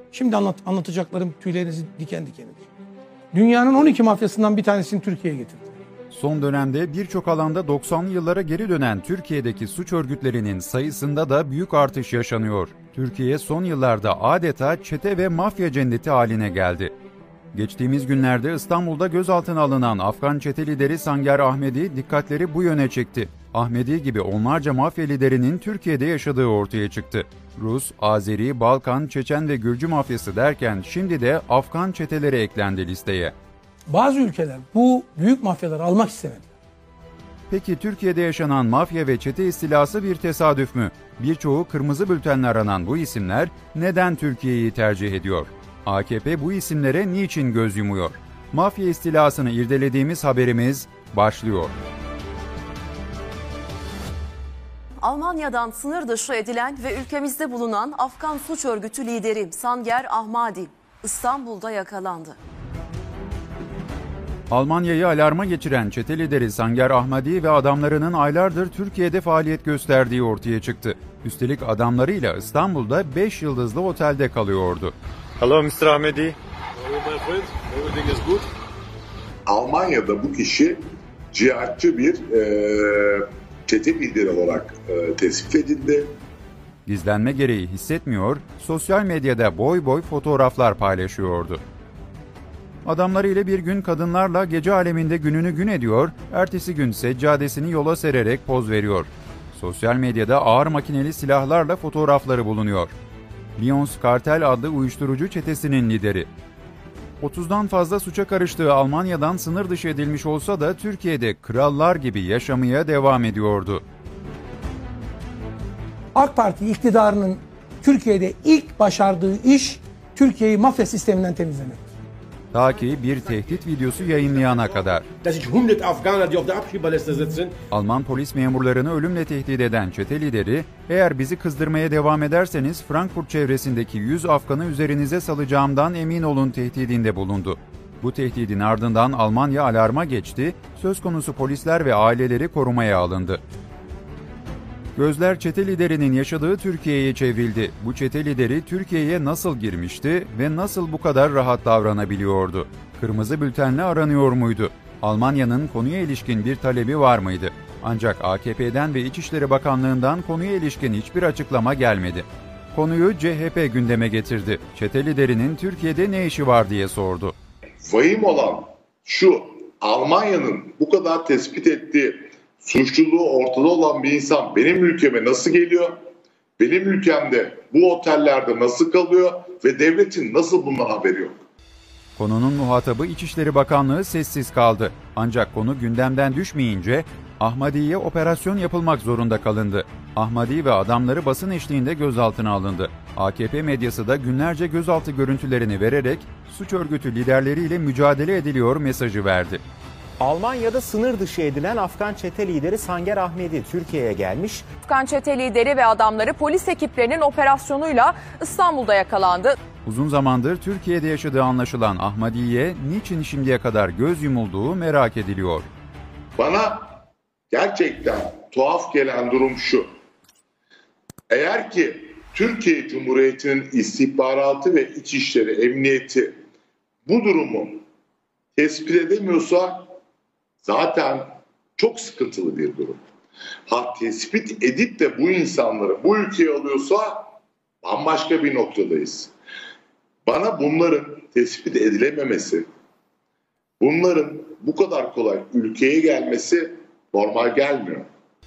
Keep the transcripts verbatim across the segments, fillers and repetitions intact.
Şimdi anlat, anlatacaklarım tüylerinizi diken diken edecek. Dünyanın on iki mafyasından bir tanesini Türkiye'ye getirdi. Son dönemde birçok alanda doksanlı yıllara geri dönen Türkiye'deki suç örgütlerinin sayısında da büyük artış yaşanıyor. Türkiye son yıllarda adeta çete ve mafya cenneti haline geldi. Geçtiğimiz günlerde İstanbul'da gözaltına alınan Afgan çete lideri Sangar Ahmedi dikkatleri bu yöne çekti. Ahmedi gibi onlarca mafya liderinin Türkiye'de yaşadığı ortaya çıktı. Rus, Azeri, Balkan, Çeçen ve Gürcü mafyası derken şimdi de Afgan çeteleri eklendi listeye. Bazı ülkeler bu büyük mafyaları almak istemediler. Peki Türkiye'de yaşanan mafya ve çete istilası bir tesadüf mü? Birçoğu kırmızı bültenle aranan bu isimler neden Türkiye'yi tercih ediyor? A K P bu isimlere niçin göz yumuyor? Mafya istilasını irdelediğimiz haberimiz başlıyor. Almanya'dan sınır dışı edilen ve ülkemizde bulunan Afgan suç örgütü lideri Sangar Ahmadi İstanbul'da yakalandı. Almanya'yı alarma geçiren çete lideri Sangar Ahmadi ve adamlarının aylardır Türkiye'de faaliyet gösterdiği ortaya çıktı. Üstelik adamlarıyla İstanbul'da beş yıldızlı otelde kalıyordu. Hello mister Ahmadi. Hello my friend. Everything is good. Almanya'da bu kişi cihatçı bir e, çete lideri olarak e, tespit edildi. Gizlenme gereği hissetmiyor, sosyal medyada boy boy fotoğraflar paylaşıyordu. Adamlarıyla bir gün kadınlarla gece aleminde gününü gün ediyor, ertesi gün seccadesini yola sererek poz veriyor. Sosyal medyada ağır makineli silahlarla fotoğrafları bulunuyor. Lions Kartel adlı uyuşturucu çetesinin lideri. otuzdan fazla suça karıştığı Almanya'dan sınır dışı edilmiş olsa da Türkiye'de krallar gibi yaşamaya devam ediyordu. AK Parti iktidarının Türkiye'de ilk başardığı iş Türkiye'yi mafya sisteminden temizlemek. Ta ki bir tehdit videosu yayınlayana kadar. Alman polis memurlarını ölümle tehdit eden çete lideri, eğer bizi kızdırmaya devam ederseniz Frankfurt çevresindeki yüz Afgan'ı üzerinize salacağımdan emin olun tehdidinde bulundu. Bu tehdidin ardından Almanya alarma geçti, söz konusu polisler ve aileleri korumaya alındı. Gözler çete liderinin yaşadığı Türkiye'ye çevrildi. Bu çete lideri Türkiye'ye nasıl girmişti ve nasıl bu kadar rahat davranabiliyordu? Kırmızı bültenle aranıyor muydu? Almanya'nın konuya ilişkin bir talebi var mıydı? Ancak A K P'den ve İçişleri Bakanlığı'ndan konuya ilişkin hiçbir açıklama gelmedi. Konuyu C H P gündeme getirdi. Çete liderinin Türkiye'de ne işi var diye sordu. Vahim olan şu, Almanya'nın bu kadar tespit ettiği suçluluğu ortada olan bir insan benim ülkeme nasıl geliyor? Benim ülkemde bu otellerde nasıl kalıyor ve devletin nasıl bundan haberi yok? Konunun muhatabı İçişleri Bakanlığı sessiz kaldı. Ancak konu gündemden düşmeyince Ahmadi'ye operasyon yapılmak zorunda kalındı. Ahmadi ve adamları basın eşliğinde gözaltına alındı. A K P medyası da günlerce gözaltı görüntülerini vererek suç örgütü liderleriyle mücadele ediliyor mesajı verdi. Almanya'da sınır dışı edilen Afgan çete lideri Sangar Ahmedi Türkiye'ye gelmiş. Afgan çete lideri ve adamları polis ekiplerinin operasyonuyla İstanbul'da yakalandı. Uzun zamandır Türkiye'de yaşadığı anlaşılan Ahmadi'ye niçin şimdiye kadar göz yumulduğu merak ediliyor. Bana gerçekten tuhaf gelen durum şu. Eğer ki Türkiye Cumhuriyeti'nin istihbaratı ve İçişleri Emniyeti bu durumu tespit edemiyorsa zaten çok sıkıntılı bir durum. Ha tespit edip de bu insanları bu ülkeye alıyorsa bambaşka bir noktadayız. Bana bunların tespit edilememesi, bunların bu kadar kolay ülkeye gelmesi normal gelmiyor.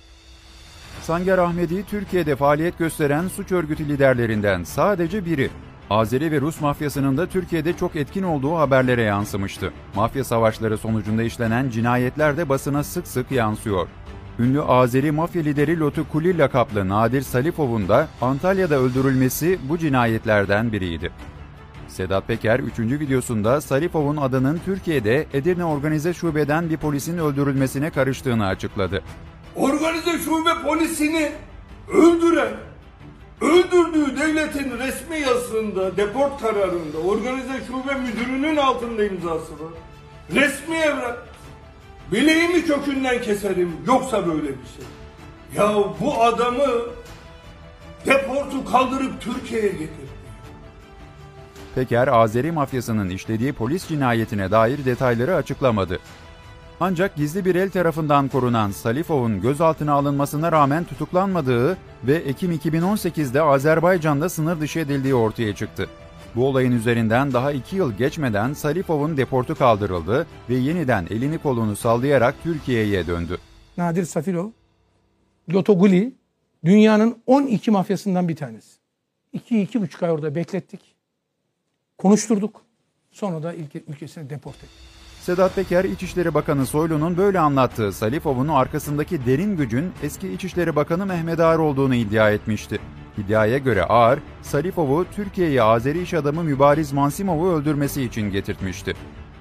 Sangar Ahmedi Türkiye'de faaliyet gösteren suç örgütü liderlerinden sadece biri. Azeri ve Rus mafyasının da Türkiye'de çok etkin olduğu haberlere yansımıştı. Mafya savaşları sonucunda işlenen cinayetler de basına sık sık yansıyor. Ünlü Azeri mafya lideri Lotu Kulil lakaplı Nadir Salifov'un da Antalya'da öldürülmesi bu cinayetlerden biriydi. Sedat Peker üçüncü videosunda Salifov'un adının Türkiye'de Edirne Organize Şube'den bir polisin öldürülmesine karıştığını açıkladı. Organize şube polisini öldüren, öldürdüğü devletin resmi yazısında, deport kararında organize şube müdürünün altında imzası var. Resmi evrak. Bileğimi kökünden keserim yoksa böyle bir şey. Ya bu adamı deportu kaldırıp Türkiye'ye getirdi. Peker, Azeri mafyasının işlediği polis cinayetine dair detayları açıklamadı. Ancak gizli bir el tarafından korunan Salifov'un gözaltına alınmasına rağmen tutuklanmadığı ve Ekim iki bin on sekizde Azerbaycan'da sınır dışı edildiği ortaya çıktı. Bu olayın üzerinden daha iki yıl geçmeden Salifov'un deportu kaldırıldı ve yeniden elini kolunu sallayarak Türkiye'ye döndü. Nadir Safilov, Lotoguli, dünyanın on iki mafyasından bir tanesi. iki iki buçuk ay orada beklettik. Konuşturduk. Sonra da ülke, ülkesine deport ettik. Sedat Peker, İçişleri Bakanı Soylu'nun böyle anlattığı Salifov'un arkasındaki derin gücün eski İçişleri Bakanı Mehmet Ağar olduğunu iddia etmişti. İddiaya göre Ağar, Salifov'u Türkiye'ye Azeri iş adamı Mübariz Mansimov'u öldürmesi için getirtmişti.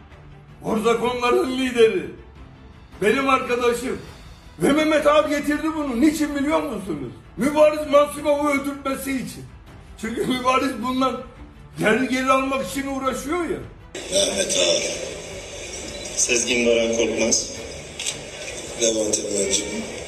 Orzakonların lideri, benim arkadaşım ve Mehmet Ağar getirdi bunu. Niçin biliyor musunuz? Mübariz Mansimov'u öldürtmesi için. Çünkü Mübariz bundan geri geri almak için uğraşıyor ya. Mehmet Ağar, Sezgin Baran Korkmaz, Levent Ermenci,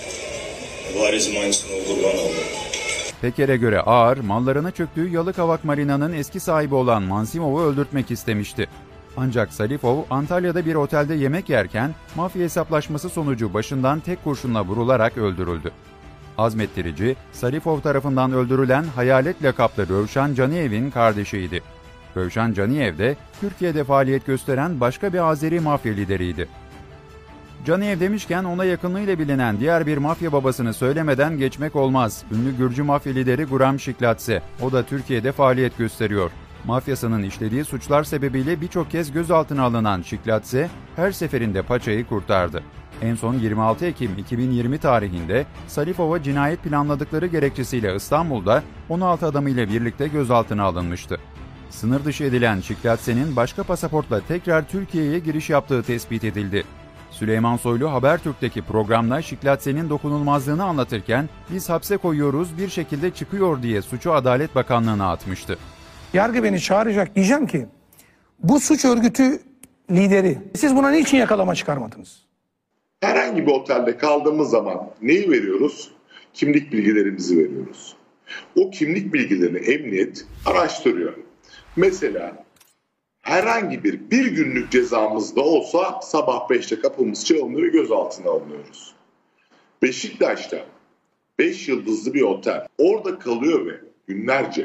Mübariz Mansimov'u kurban oldu. Peker'e göre Ağar, mallarına çöktüğü Yalıkavak Marina'nın eski sahibi olan Mansimov'u öldürtmek istemişti. Ancak Salifov, Antalya'da bir otelde yemek yerken mafya hesaplaşması sonucu başından tek kurşunla vurularak öldürüldü. Azmettirici, Salifov tarafından öldürülen Hayalet lakaplı Rövşan Caniyev'in kardeşiydi. Rövşan Caniyev de Türkiye'de faaliyet gösteren başka bir Azeri mafya lideriydi. Caniyev demişken ona yakınlığıyla bilinen diğer bir mafya babasını söylemeden geçmek olmaz. Ünlü Gürcü mafya lideri Guram Şiklatse. O da Türkiye'de faaliyet gösteriyor. Mafyasının işlediği suçlar sebebiyle birçok kez gözaltına alınan Şiklatse her seferinde paçayı kurtardı. En son yirmi altı Ekim iki bin yirmi tarihinde Salifov'a cinayet planladıkları gerekçesiyle İstanbul'da on altı adamıyla birlikte gözaltına alınmıştı. Sınır dışı edilen Şiklatse'nin başka pasaportla tekrar Türkiye'ye giriş yaptığı tespit edildi. Süleyman Soylu Habertürk'teki programda Şiklatse'nin dokunulmazlığını anlatırken biz hapse koyuyoruz bir şekilde çıkıyor diye suçu Adalet Bakanlığı'na atmıştı. Yargı beni çağıracak, diyeceğim ki bu suç örgütü lideri, siz buna niçin yakalama çıkarmadınız? Herhangi bir otelde kaldığımız zaman neyi veriyoruz? Kimlik bilgilerimizi veriyoruz. O kimlik bilgilerini emniyet araştırıyor. Mesela herhangi bir bir günlük cezamız da olsa sabah beşte kapımız çalınıyor ve gözaltına alınıyoruz. Beşiktaş'ta beş yıldızlı bir otel. Orada kalıyor ve günlerce.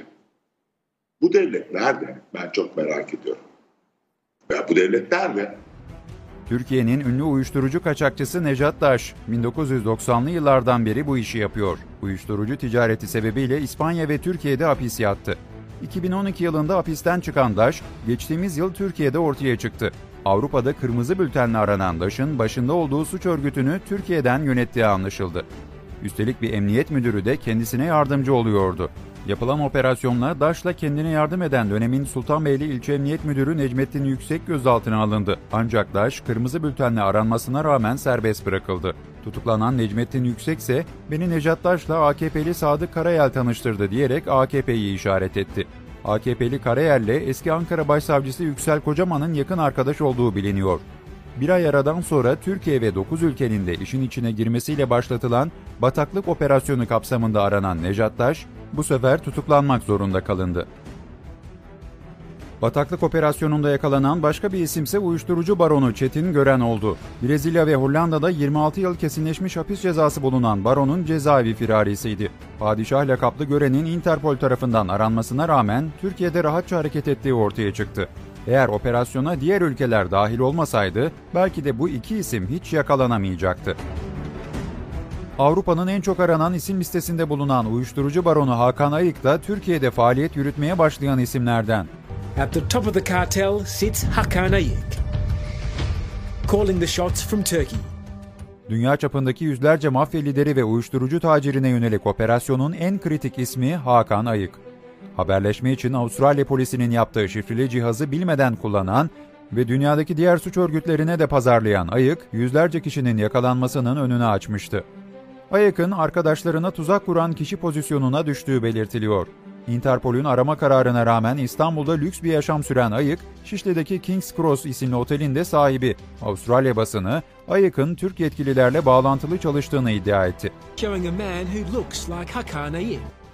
Bu devlet nerede? Ben çok merak ediyorum. Ya bu devlet nerede? Türkiye'nin ünlü uyuşturucu kaçakçısı Nejat Daş, bin dokuz yüz doksanlı yıllardan beri bu işi yapıyor. Uyuşturucu ticareti sebebiyle İspanya ve Türkiye'de hapis yattı. iki bin on iki yılında hapisten çıkan Daş, geçtiğimiz yıl Türkiye'de ortaya çıktı. Avrupa'da kırmızı bültenle aranan Daş'ın başında olduğu suç örgütünü Türkiye'den yönettiği anlaşıldı. Üstelik bir emniyet müdürü de kendisine yardımcı oluyordu. Yapılan operasyonla Daş'la kendine yardım eden dönemin Sultanbeyli İlçe Emniyet Müdürü Necmettin Yüksek gözaltına alındı. Ancak Daş, kırmızı bültenle aranmasına rağmen serbest bırakıldı. Tutuklanan Necmettin Yüksek ise beni Nejat Daş'la A K P'li Sadık Karayel tanıştırdı diyerek A K P'yi işaret etti. A K P'li Karayel'le eski Ankara Başsavcısı Yüksel Kocaman'ın yakın arkadaş olduğu biliniyor. Bir ay aradan sonra Türkiye ve dokuz ülkenin de işin içine girmesiyle başlatılan bataklık operasyonu kapsamında aranan Nejat Daş, bu sefer tutuklanmak zorunda kalındı. Bataklık operasyonunda yakalanan başka bir isimse uyuşturucu baronu Çetin Gören oldu. Brezilya ve Hollanda'da yirmi altı yıl kesinleşmiş hapis cezası bulunan baronun cezaevi firarisiydi. Padişah lakaplı Gören'in Interpol tarafından aranmasına rağmen Türkiye'de rahatça hareket ettiği ortaya çıktı. Eğer operasyona diğer ülkeler dahil olmasaydı belki de bu iki isim hiç yakalanamayacaktı. Avrupa'nın en çok aranan isim listesinde bulunan uyuşturucu baronu Hakan Ayık da Türkiye'de faaliyet yürütmeye başlayan isimlerden. At the top of the cartel sits Hakan Ayık, calling the shots from Turkey. Dünya çapındaki yüzlerce mafya lideri ve uyuşturucu tacirine yönelik operasyonun en kritik ismi Hakan Ayık. Haberleşme için Avustralya polisinin yaptığı şifreli cihazı bilmeden kullanan ve dünyadaki diğer suç örgütlerine de pazarlayan Ayık, yüzlerce kişinin yakalanmasının önünü açmıştı. Ayık'ın arkadaşlarına tuzak kuran kişi pozisyonuna düştüğü belirtiliyor. Interpol'ün arama kararına rağmen İstanbul'da lüks bir yaşam süren Ayık, Şişli'deki King's Cross isimli otelin de sahibi. Avustralya basını, Ayık'ın Türk yetkililerle bağlantılı çalıştığını iddia etti. Showing a man who looks like Hakan Ayık.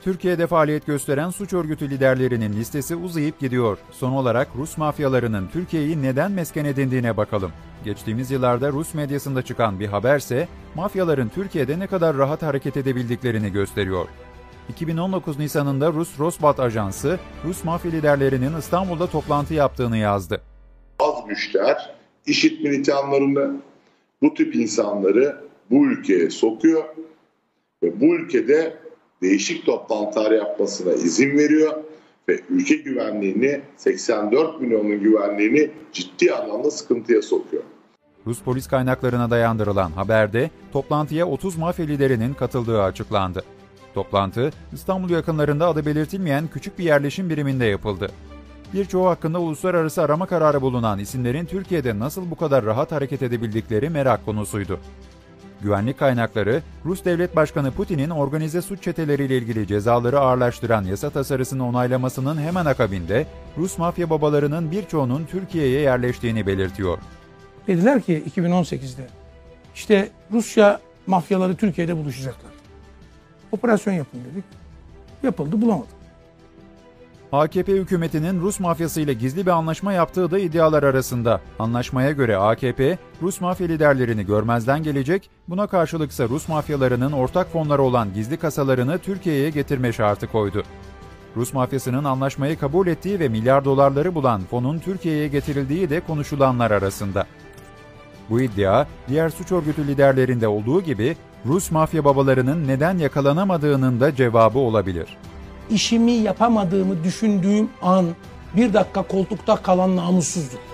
Türkiye'de faaliyet gösteren suç örgütü liderlerinin listesi uzayıp gidiyor. Son olarak Rus mafyalarının Türkiye'yi neden mesken edindiğine bakalım. Geçtiğimiz yıllarda Rus medyasında çıkan bir haberse mafyaların Türkiye'de ne kadar rahat hareket edebildiklerini gösteriyor. iki bin on dokuz Nisan'ında Rus Rosbat Ajansı, Rus mafya liderlerinin İstanbul'da toplantı yaptığını yazdı. Az güçler, IŞİD militanlarını, bu tip insanları bu ülkeye sokuyor ve bu ülkede değişik toplantılar yapmasına izin veriyor ve ülke güvenliğini, seksen dört milyonun güvenliğini ciddi anlamda sıkıntıya sokuyor. Rus polis kaynaklarına dayandırılan haberde toplantıya otuz mafya liderinin katıldığı açıklandı. Toplantı, İstanbul yakınlarında adı belirtilmeyen küçük bir yerleşim biriminde yapıldı. Birçoğu hakkında uluslararası arama kararı bulunan isimlerin Türkiye'de nasıl bu kadar rahat hareket edebildikleri merak konusuydu. Güvenlik kaynakları, Rus Devlet Başkanı Putin'in organize suç çeteleriyle ilgili cezaları ağırlaştıran yasa tasarısını onaylamasının hemen akabinde Rus mafya babalarının birçoğunun Türkiye'ye yerleştiğini belirtiyor. Dediler ki iki bin on sekizde işte Rusya mafyaları Türkiye'de buluşacaklar. Operasyon yapın dedik. Yapıldı, bulamadık. A K P hükümetinin Rus mafyasıyla gizli bir anlaşma yaptığı da iddialar arasında. Anlaşmaya göre A K P, Rus mafya liderlerini görmezden gelecek, buna karşılıksa Rus mafyalarının ortak fonları olan gizli kasalarını Türkiye'ye getirme şartı koydu. Rus mafyasının anlaşmayı kabul ettiği ve milyar dolarları bulan fonun Türkiye'ye getirildiği de konuşulanlar arasında. Bu iddia, diğer suç örgütü liderlerinde olduğu gibi Rus mafya babalarının neden yakalanamadığının da cevabı olabilir. İşimi yapamadığımı düşündüğüm an bir dakika koltukta kalan namussuzluk.